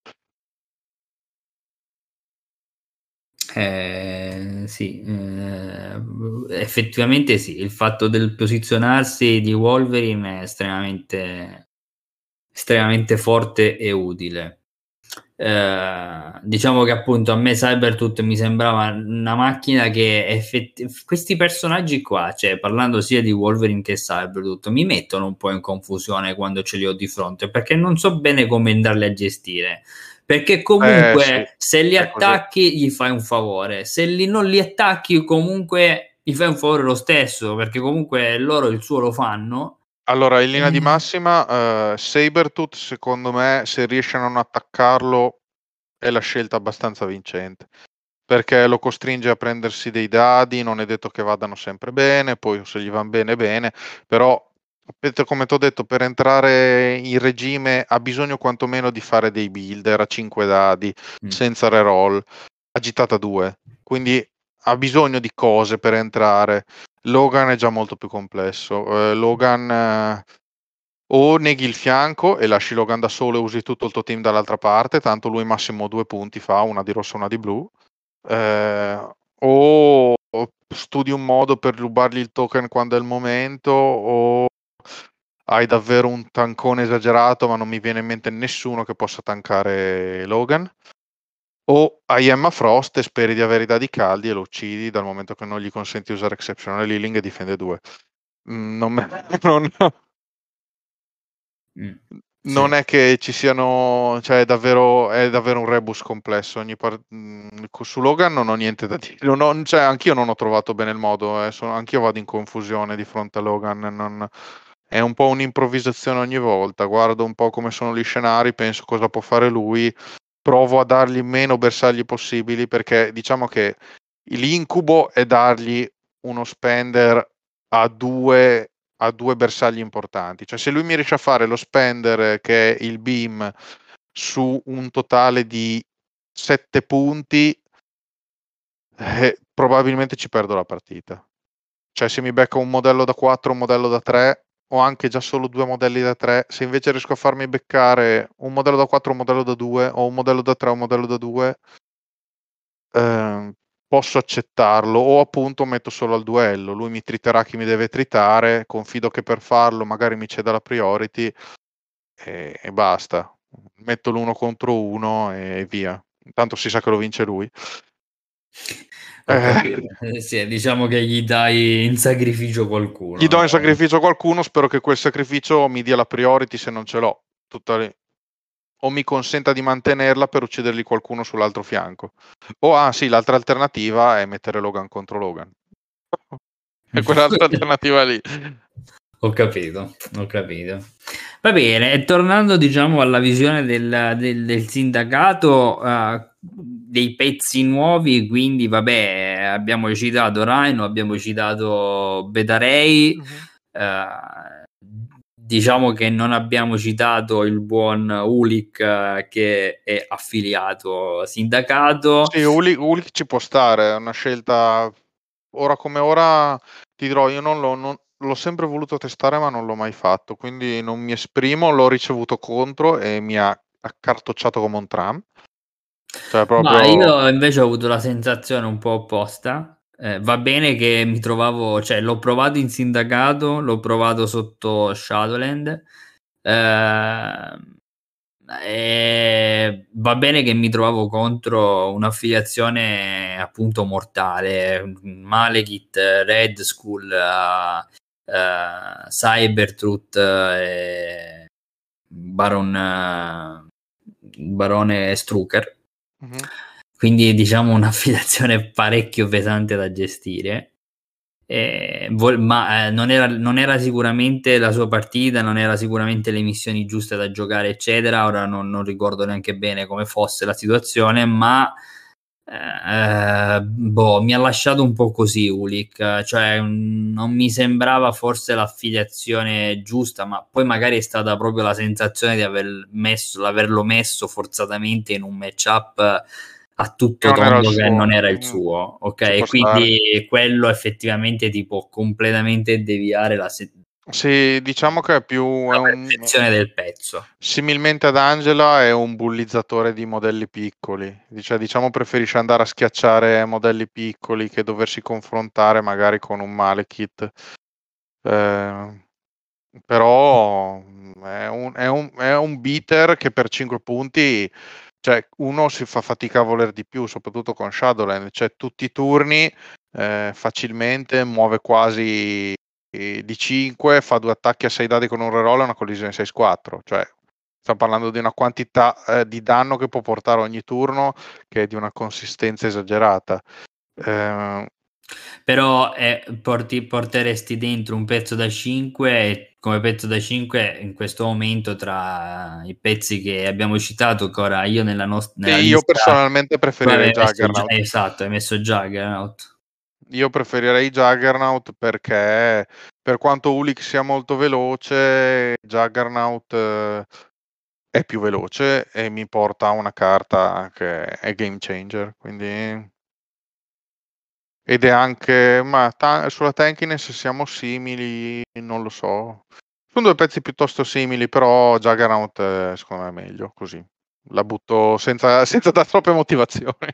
Sì, effettivamente sì, il fatto del posizionarsi di Wolverine è estremamente forte e utile. Diciamo che appunto a me Cybertooth mi sembrava una macchina che questi personaggi qua, cioè parlando sia di Wolverine che Cybertooth, mi mettono un po' in confusione quando ce li ho di fronte, perché non so bene come andarli a gestire. Perché comunque
Sì,
se li
è così.
attacchi gli fai un favore, se non li attacchi comunque gli fai un favore lo stesso, perché comunque loro il suo lo fanno.
Allora, in linea di massima, Sabertooth secondo me se riesce a non attaccarlo è la scelta abbastanza vincente, perché lo costringe a prendersi dei dadi, non è detto che vadano sempre bene, poi se gli van bene bene, però come ti ho detto, per entrare in regime ha bisogno quantomeno di fare dei builder a 5 dadi, senza reroll, agitata 2, quindi ha bisogno di cose per entrare. Logan è già molto più complesso. Logan o neghi il fianco e lasci Logan da solo e usi tutto il tuo team dall'altra parte, tanto lui massimo 2 punti fa, una di rosso e una di blu. O studi un modo per rubargli il token quando è il momento, o hai davvero un tankone esagerato, ma non mi viene in mente nessuno che possa tankare Logan. O hai Emma Frost e speri di avere i dadi caldi e lo uccidi dal momento che non gli consenti di usare Exceptional Healing e difende 2. Non è che ci siano, cioè è davvero un rebus complesso. Su Logan non ho niente da dire. Cioè, anch'io non ho trovato bene il modo. Anch'io vado in confusione di fronte a Logan. È un po' un'improvvisazione ogni volta. Guardo un po' come sono gli scenari, penso cosa può fare lui. Provo a dargli meno bersagli possibili, perché diciamo che l'incubo è dargli uno spender a due bersagli importanti. Cioè, se lui mi riesce a fare lo spender, che è il beam, su un totale di 7 punti, probabilmente ci perdo la partita. Cioè, se mi becca un modello da 4, un modello da 3, o anche già solo 2 modelli da 3, se invece riesco a farmi beccare un modello da 4, un modello da 2, o un modello da 3, un modello da 2, posso accettarlo, o appunto metto solo al duello, lui mi triterà chi mi deve tritare, confido che per farlo magari mi ceda la priority e basta, metto l'1 contro 1 e via, intanto si sa che lo vince lui.
Sì, diciamo che gli dai in sacrificio qualcuno.
Gli do in sacrificio qualcuno, spero che quel sacrificio mi dia la priority se non ce l'ho, tutta lì. O mi consenta di mantenerla per uccidergli qualcuno sull'altro fianco. O sì, l'altra alternativa è mettere Logan contro Logan. È quell'altra alternativa lì.
Ho capito. Va bene, e tornando diciamo alla visione del sindacato, dei pezzi nuovi, quindi vabbè, abbiamo citato Rhino, abbiamo citato Beta Ray, diciamo che non abbiamo citato il buon Ulik, che è affiliato sindacato.
Sì, Ulik ci può stare, è una scelta ora come ora, ti dirò, io non l'ho sempre voluto testare ma non l'ho mai fatto, quindi non mi esprimo, l'ho ricevuto contro e mi ha accartocciato come un tram. Cioè, proprio...
Ma io invece ho avuto la sensazione un po' opposta. Va bene che mi trovavo, cioè l'ho provato in sindacato, l'ho provato sotto Shadowland. Va bene che mi trovavo contro un'affiliazione appunto mortale, Malekith, Red Skull, Cybertooth, Barone Strucker. Quindi diciamo un'affiliazione parecchio pesante da gestire, non era sicuramente la sua partita, non era sicuramente le missioni giuste da giocare, eccetera. Ora non ricordo neanche bene come fosse la situazione, ma mi ha lasciato un po' così Ulic, cioè non mi sembrava forse l'affiliazione giusta, ma poi magari è stata proprio la sensazione di l'averlo messo forzatamente in un matchup a tutto
Non era il
tondo che non
suo.
era il suo,
Ci
ok?
può
Quindi
stare.
quello effettivamente ti può completamente deviare la
Sì, diciamo che è più
percezione del pezzo.
similmente ad Angela, è un bullizzatore di modelli piccoli. Cioè, diciamo, preferisce andare a schiacciare modelli piccoli che doversi confrontare magari con un Malekith. Però è un beater che per 5 punti, cioè, uno si fa fatica a voler di più, soprattutto con Shadowland, cioè tutti i turni facilmente muove quasi di 5, fa 2 attacchi a 6 dadi con un reroll e una collisione 6-4, cioè stiamo parlando di una quantità di danno che può portare ogni turno, che è di una consistenza esagerata.
Però porteresti dentro un pezzo da 5 e come pezzo da 5 in questo momento tra i pezzi che abbiamo citato, che ora io nella
Sì, io
lista
personalmente
tu
preferirei
avevi messo
Juggernaut.
esatto, hai messo Juggernaut.
Io preferirei Juggernaut perché, per quanto Ulic sia molto veloce, Juggernaut è più veloce e mi porta una carta che è game changer. Quindi... Ed è anche... Ma sulla tankiness siamo simili, non lo so. Sono due pezzi piuttosto simili, però Juggernaut secondo me è meglio, così. La butto senza dar troppe motivazioni.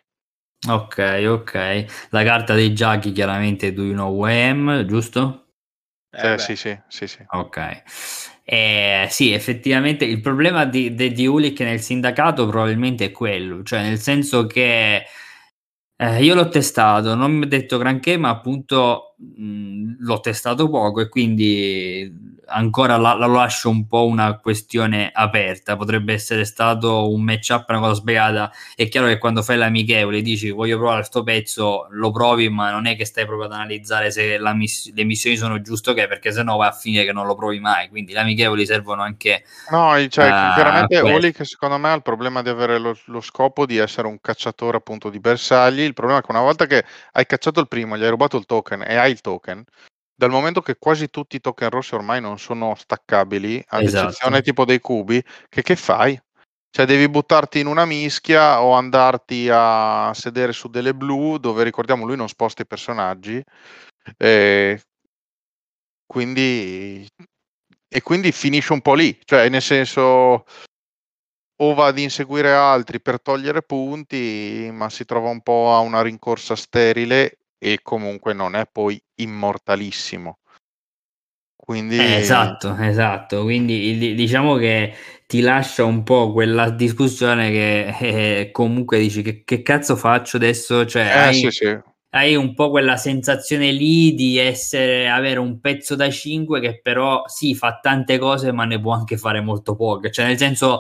Ok. La carta dei giochi chiaramente Do You Know Who I Am, giusto?
Sì.
Ok. Sì, effettivamente il problema di Ulic nel sindacato probabilmente è quello, cioè nel senso che io l'ho testato, non mi ha detto granché, ma appunto l'ho testato poco e quindi ancora lo lascio un po' una questione aperta. Potrebbe essere stato un matchup, una cosa sbagliata. È chiaro che quando fai l'amichevole dici voglio provare sto pezzo, lo provi, ma non è che stai proprio ad analizzare se le missioni sono giuste, okay, perché sennò va a finire che non lo provi mai. Quindi le amichevoli servono anche
No, cioè,
a
chiaramente
questo.
Olik secondo me ha il problema di avere lo scopo di essere un cacciatore appunto di bersagli. Il problema è che una volta che hai cacciato il primo, gli hai rubato il token e hai il token, dal momento che quasi tutti i token rossi ormai non sono staccabili, ad eccezione
Esatto.
tipo dei cubi, che fai? Cioè devi buttarti in una mischia o andarti a sedere su delle blu, dove ricordiamo lui non sposta i personaggi. eh, quindi, e quindi finisce un po' lì, cioè nel senso o va ad inseguire altri per togliere punti, ma si trova un po' a una rincorsa sterile e comunque non è poi immortalissimo. Quindi
Esatto. Quindi diciamo che ti lascia un po' quella discussione che comunque dici che cazzo faccio adesso? Cioè,
sì.
hai un po' quella sensazione lì di avere un pezzo da 5 che però sì, fa tante cose, ma ne può anche fare molto poche. Cioè, nel senso,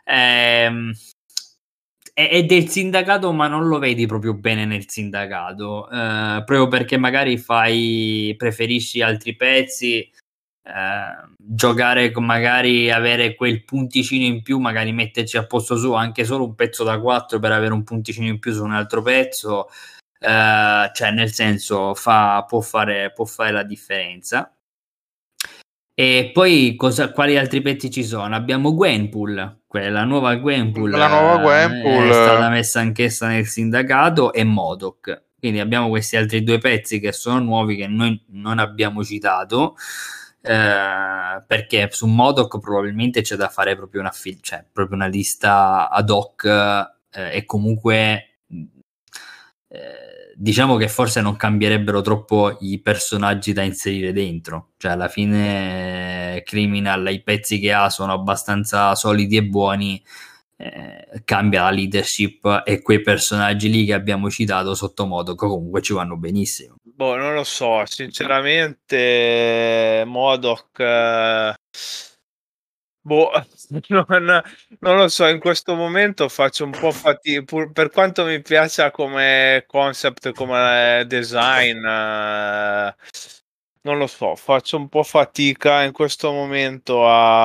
è del sindacato, ma non lo vedi proprio bene nel sindacato, proprio perché magari preferisci altri pezzi. Giocare con magari avere quel punticino in più, magari metterci a posto suo anche solo un pezzo da 4 per avere un punticino in più su un altro pezzo, cioè nel senso può fare la differenza. E poi quali altri pezzi ci sono? Abbiamo Gwenpool, la nuova Gwenpool
la nuova
è stata
Gwenpool,
messa anch'essa nel sindacato, e MODOK. Quindi abbiamo questi altri due pezzi che sono nuovi, che noi non abbiamo citato, perché su MODOK probabilmente c'è da fare proprio cioè, proprio una lista ad hoc, e comunque diciamo che forse non cambierebbero troppo i personaggi da inserire dentro, cioè alla fine Criminal, i pezzi che ha sono abbastanza solidi e buoni, cambia la leadership e quei personaggi lì che abbiamo citato sotto MODOK comunque ci vanno benissimo.
Boh, non lo so, sinceramente MODOK Boh, non lo so, in questo momento faccio un po' fatica, per quanto mi piaccia come concept, come design, non lo so, faccio un po' fatica in questo momento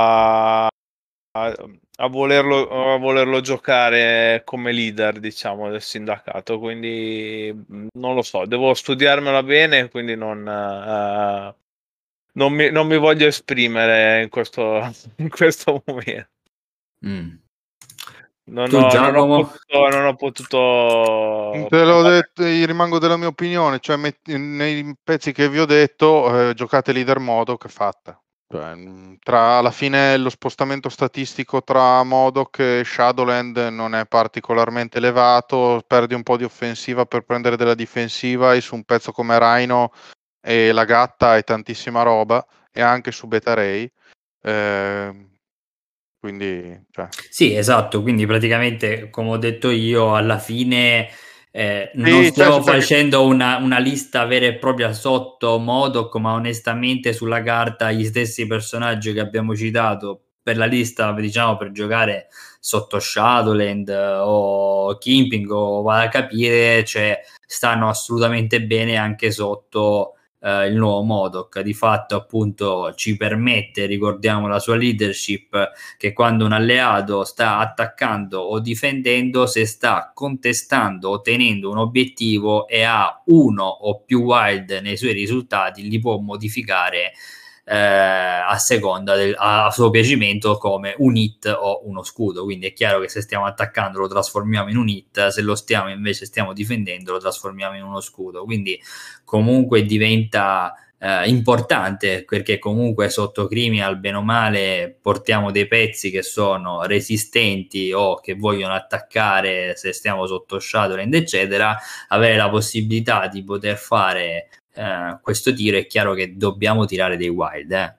a volerlo giocare come leader, diciamo, del sindacato, quindi non lo so, devo studiarmela bene, quindi non mi voglio esprimere in in questo momento.
Mm.
Non
Tu,
ho,
Giacomo?
non ho potuto
Te l'ho
provare.
detto, io rimango della mia opinione, cioè nei pezzi che vi ho detto, giocate leader Modok, è fatta. Cioè, alla fine lo spostamento statistico tra Modok e Shadowland non è particolarmente elevato, perdi un po' di offensiva per prendere della difensiva, e su un pezzo come Rhino e la gatta è tantissima roba, e anche su Beta Ray. Quindi, cioè.
Sì, esatto, quindi praticamente, come ho detto io, alla fine non
Sì,
stiamo
perché
facendo una lista vera e propria sotto Modok, ma onestamente sulla carta gli stessi personaggi che abbiamo citato per la lista, diciamo, per giocare sotto Shadowland o Kimping o vada a capire, cioè, stanno assolutamente bene anche sotto il nuovo Modok. Di fatto, appunto, ci permette, ricordiamo la sua leadership, che quando un alleato sta attaccando o difendendo, se sta contestando o tenendo un obiettivo e ha uno o più wild nei suoi risultati, li può modificare a seconda a suo piacimento, come un hit o uno scudo. Quindi è chiaro che se stiamo attaccando lo trasformiamo in un hit, se lo stiamo difendendo lo trasformiamo in uno scudo. Quindi comunque diventa importante, perché comunque sotto Criminal, bene o male, portiamo dei pezzi che sono resistenti o che vogliono attaccare se stiamo sotto Shadowland, eccetera. Avere la possibilità di poter fare questo tiro, è chiaro che dobbiamo tirare dei wild,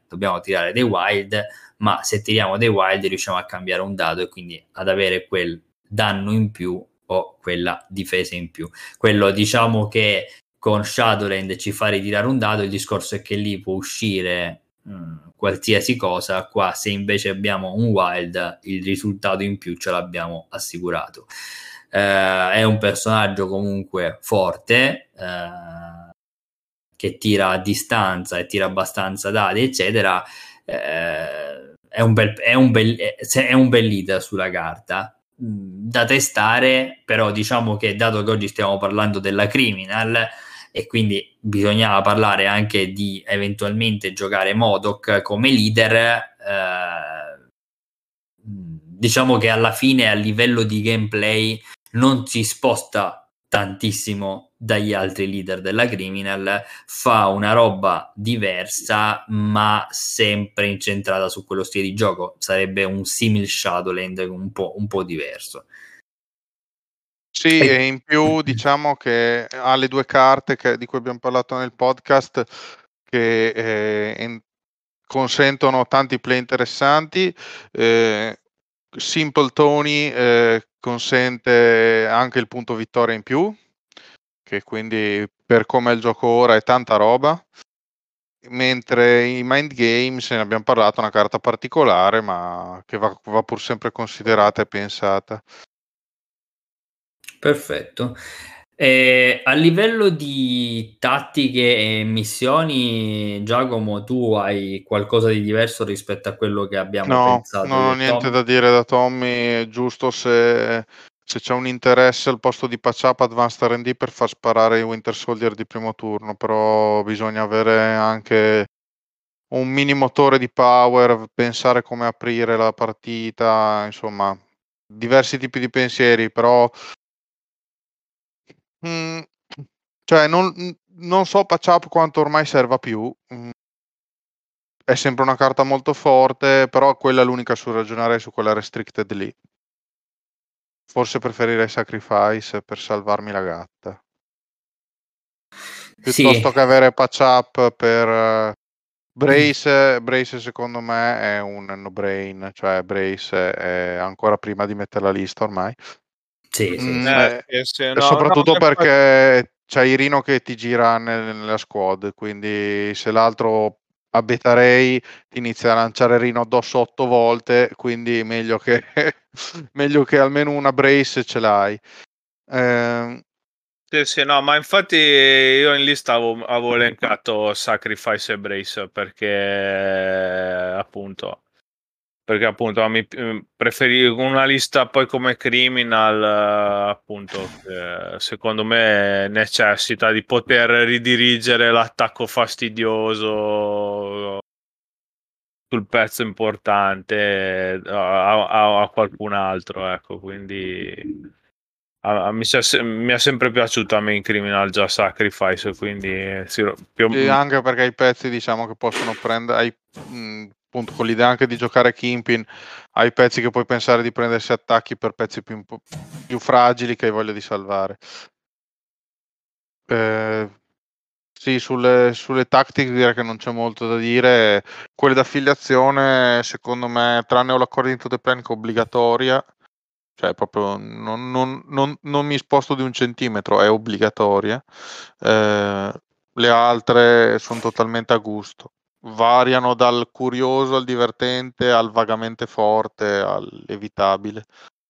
ma se tiriamo dei wild riusciamo a cambiare un dado e quindi ad avere quel danno in più o quella difesa in più. Quello, diciamo, che con Shadowland ci fa ritirare un dado, il discorso è che lì può uscire qualsiasi cosa. Qua, se invece abbiamo un wild, il risultato in più ce l'abbiamo assicurato. È un personaggio comunque forte, che tira a distanza e tira abbastanza dadi, eccetera. È un bel leader sulla carta, da testare, però diciamo che, dato che oggi stiamo parlando della Criminal e quindi bisognava parlare anche di eventualmente giocare Modok come leader, diciamo che alla fine a livello di gameplay non si sposta tantissimo dagli altri leader della Criminal, fa una roba diversa ma sempre incentrata su quello stile di gioco. Sarebbe un simil Shadowland un po' diverso.
Sì, e in più diciamo che ha le due carte di cui abbiamo parlato nel podcast, che consentono tanti play interessanti. Simple Tony consente anche il punto vittoria in più, che quindi per come è il gioco ora è tanta roba. Mentre i Mind Games, ne abbiamo parlato, è una carta particolare, ma che va pur sempre considerata e pensata.
Perfetto. A livello di tattiche e missioni, Giacomo, tu hai qualcosa di diverso rispetto a quello che abbiamo
No,
pensato
non
io
ho
e
niente
Tom?
da dire da Tommy, giusto se c'è un interesse al posto di patch up Advanced R&D per far sparare i Winter Soldier di primo turno, però bisogna avere anche un mini motore di power, pensare come aprire la partita, insomma, diversi tipi di pensieri, però cioè non so patch up quanto ormai serva più. È sempre una carta molto forte, però quella è l'unica su ragionare su quella restricted lì. Forse preferirei Sacrifice per salvarmi la gatta.
Sì,
Piuttosto che avere patch up per Brace secondo me è un no-brain, cioè Brace è ancora prima di mettere la lista ormai.
sì, sì, sì.
Sì,
E
no,
soprattutto
infatti,
perché c'è Irino che ti gira nella squad, quindi se l'altro a Beta Ray ti inizia a lanciare Rhino addosso 8 volte, quindi meglio che meglio che almeno una brace ce l'hai.
Sì, no, ma infatti io in lista avevo elencato Sacrifice e Brace appunto preferivo una lista poi come Criminal, appunto, secondo me necessita di poter ridirigere l'attacco fastidioso sul pezzo importante a qualcun altro, ecco, quindi mi è sempre piaciuto a me in Criminal già Sacrifice, quindi sì,
anche perché i pezzi, diciamo, che possono prendere, appunto, con l'idea anche di giocare Kingpin, hai pezzi che puoi pensare di prendersi attacchi per pezzi più fragili che hai voglia di salvare. Sì, sulle tactiche direi che non c'è molto da dire. Quelle d'affiliazione, secondo me, tranne l'According to the Plan che è obbligatoria, cioè proprio non mi sposto di un centimetro, è obbligatoria. Le altre sono totalmente a gusto. Variano dal curioso al divertente al vagamente forte all'evitabile.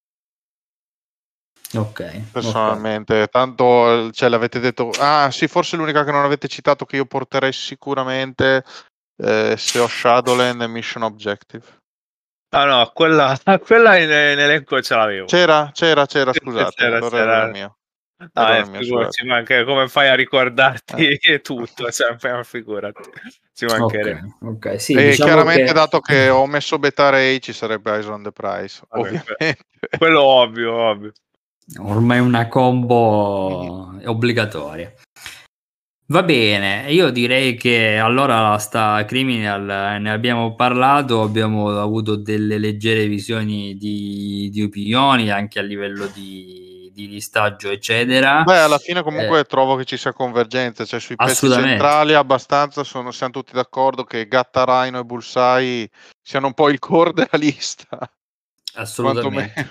Ok.
Personalmente, tanto l'avete detto. Ah, sì, forse l'unica che non avete citato che io porterei sicuramente se ho Shadowland e Mission Objective.
Ah no, quella in elenco ce l'avevo.
C'era, scusate, allora era il mio.
Ci manca, come fai a ricordarti tutto? Figurati, ci mancherebbe.
Ok, sì,
e
diciamo
chiaramente
che...
dato che ho messo Beta Ray ci sarebbe Eyes on the Prize, ovviamente.
Quello ovvio.
Ormai una combo obbligatoria. Va bene, io direi che allora sta Criminal ne abbiamo parlato, abbiamo avuto delle leggere visioni di opinioni anche a livello di listaggio eccetera.
Beh, alla fine comunque trovo che ci sia convergenza, cioè sui pezzi centrali abbastanza siamo tutti d'accordo che Gatta, Rhino e Bullseye siano un po' il core della lista.
Assolutamente.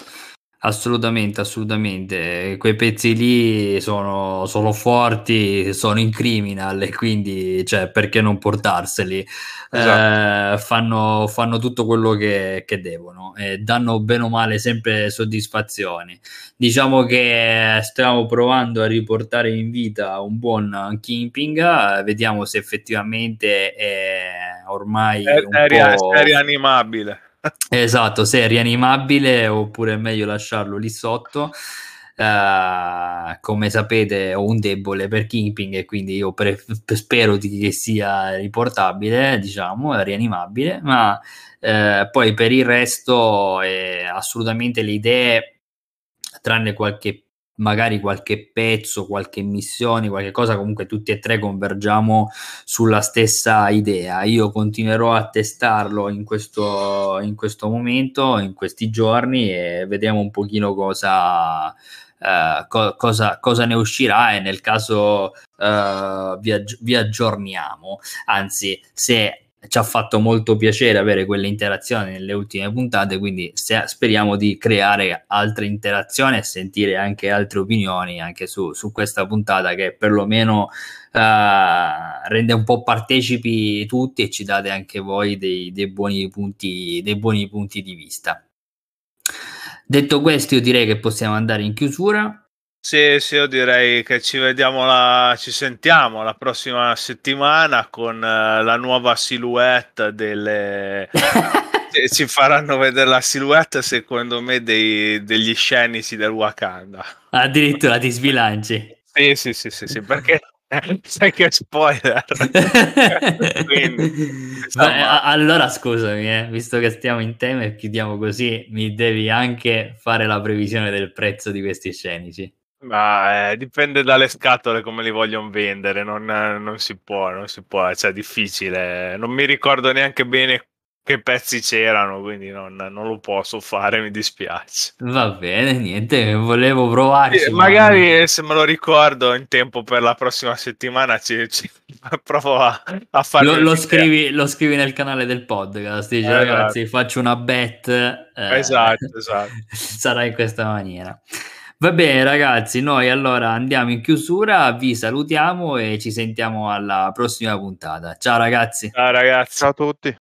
Assolutamente. Quei pezzi lì sono forti, sono in Criminal e quindi, cioè, perché non portarseli?
Esatto.
Fanno tutto quello che devono e danno bene o male sempre soddisfazioni. Diciamo che stiamo provando a riportare in vita un buon Kingpin, vediamo se effettivamente è ormai
è
po'
rianimabile.
Esatto, se è rianimabile oppure è meglio lasciarlo lì sotto. Come sapete ho un debole per Kingpin e quindi io spero che sia riportabile, diciamo, rianimabile, ma poi per il resto assolutamente le idee, tranne magari qualche pezzo, qualche missione, qualche cosa, comunque tutti e tre convergiamo sulla stessa idea. Io continuerò a testarlo in questo momento, in questi giorni, e vediamo un pochino cosa ne uscirà, e nel caso vi aggiorniamo. Anzi, se ci ha fatto molto piacere avere quelle interazioni nelle ultime puntate, quindi speriamo di creare altre interazioni e sentire anche altre opinioni anche su questa puntata, che perlomeno rende un po' partecipi tutti e ci date anche voi dei buoni punti di vista. Detto questo, io direi che possiamo andare in chiusura.
Sì, io direi che ci sentiamo la prossima settimana con la nuova silhouette ci faranno vedere la silhouette, secondo me, degli scenici del Wakanda.
Addirittura ti sbilanci.
Sì, perché sai che spoiler. Quindi,
allora scusami, visto che stiamo in tema e chiudiamo così, mi devi anche fare la previsione del prezzo di questi scenici.
Ma dipende dalle scatole come li vogliono vendere, non si può, cioè è difficile. Non mi ricordo neanche bene che pezzi c'erano, quindi non lo posso fare, mi dispiace.
Va bene, niente, volevo provarci.
Magari se me lo ricordo in tempo per la prossima settimana ci provo a farmi
lo scrivi nel canale del podcast, dici ragazzi faccio una bet,
esatto.
sarà in questa maniera. Va bene ragazzi, noi allora andiamo in chiusura, vi salutiamo e ci sentiamo alla prossima puntata. Ciao ragazzi.
Ciao ragazzi.
Ciao a tutti.